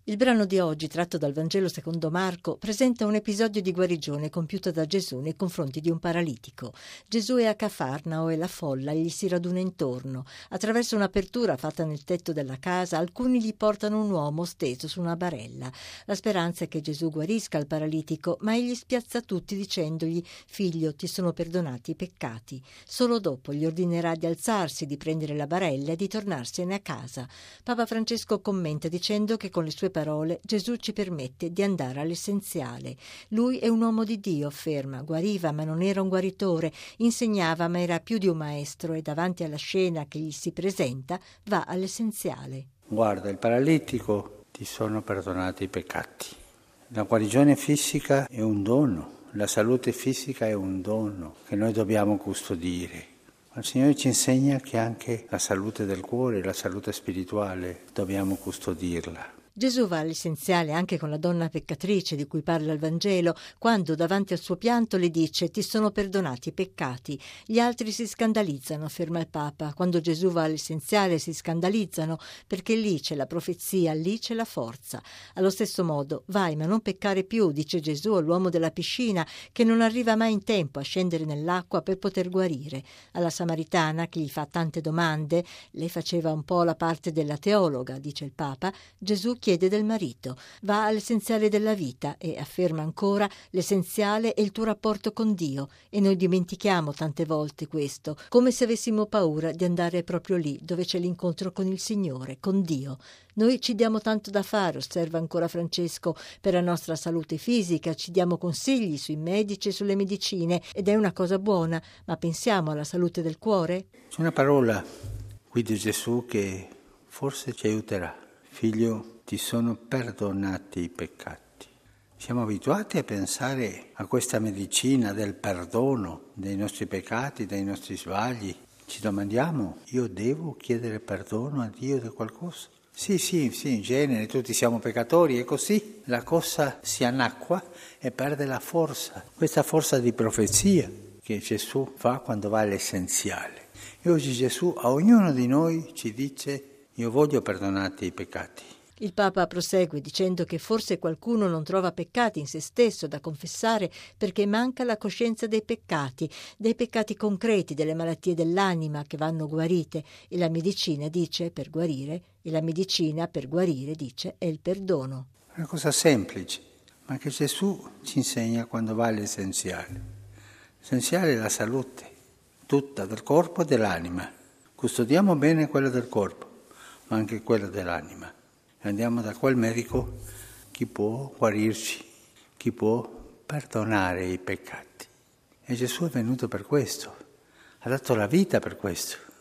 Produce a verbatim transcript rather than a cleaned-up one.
Il brano di oggi, tratto dal Vangelo secondo Marco, presenta un episodio di guarigione compiuto da Gesù nei confronti di un paralitico. Gesù è a Cafarnao e la folla gli si raduna intorno. Attraverso un'apertura fatta nel tetto della casa, alcuni gli portano un uomo steso su una barella. La speranza è che Gesù guarisca il paralitico, ma egli spiazza tutti dicendogli: «Figlio, ti sono perdonati i peccati». Solo dopo gli ordinerà di alzarsi, di prendere la barella e di tornarsene a casa. Papa Francesco commenta dicendo che con le sue parole Gesù ci permette di andare all'essenziale. Lui è un uomo di Dio, afferma, guariva ma non era un guaritore, insegnava ma era più di un maestro e davanti alla scena che gli si presenta va all'essenziale. Guarda, il paralitico, ti sono perdonati i peccati. La guarigione fisica è un dono, la salute fisica è un dono che noi dobbiamo custodire. Ma il Signore ci insegna che anche la salute del cuore, la salute spirituale, dobbiamo custodirla. Gesù va all'essenziale anche con la donna peccatrice di cui parla il Vangelo, quando davanti al suo pianto le dice: «Ti sono perdonati i peccati». Gli altri si scandalizzano, afferma il Papa. Quando Gesù va all'essenziale si scandalizzano, perché lì c'è la profezia, lì c'è la forza. Allo stesso modo, vai ma non peccare più, dice Gesù all'uomo della piscina, che non arriva mai in tempo a scendere nell'acqua per poter guarire. Alla Samaritana, che gli fa tante domande, lei faceva un po' la parte della teologa, dice il Papa, Gesù chiede del marito, va all'essenziale della vita e afferma ancora: l'essenziale è il tuo rapporto con Dio, e noi dimentichiamo tante volte questo, come se avessimo paura di andare proprio lì dove c'è l'incontro con il Signore, con Dio. Noi ci diamo tanto da fare, osserva ancora Francesco, per la nostra salute fisica, ci diamo consigli sui medici e sulle medicine ed è una cosa buona, ma pensiamo alla salute del cuore? C'è una parola qui di Gesù che forse ci aiuterà. Figlio, ti sono perdonati i peccati. Siamo abituati a pensare a questa medicina del perdono dei nostri peccati, dei nostri sbagli. Ci domandiamo: io devo chiedere perdono a Dio di qualcosa? Sì, sì, sì, in genere tutti siamo peccatori e così la cosa si annacqua e perde la forza. Questa forza di profezia che Gesù fa quando va all'essenziale. E oggi Gesù a ognuno di noi ci dice: io voglio perdonarti i peccati. Il Papa prosegue dicendo che forse qualcuno non trova peccati in se stesso da confessare perché manca la coscienza dei peccati, dei peccati concreti, delle malattie dell'anima che vanno guarite, e la medicina dice per guarire, e la medicina per guarire dice è il perdono. Una cosa semplice, ma che Gesù ci insegna quando va all'essenziale. L'essenziale è la salute, tutta del corpo e dell'anima. Custodiamo bene quella del corpo, ma anche quella dell'anima. Andiamo da quel medico, chi può guarirci, chi può perdonare i peccati. E Gesù è venuto per questo, ha dato la vita per questo.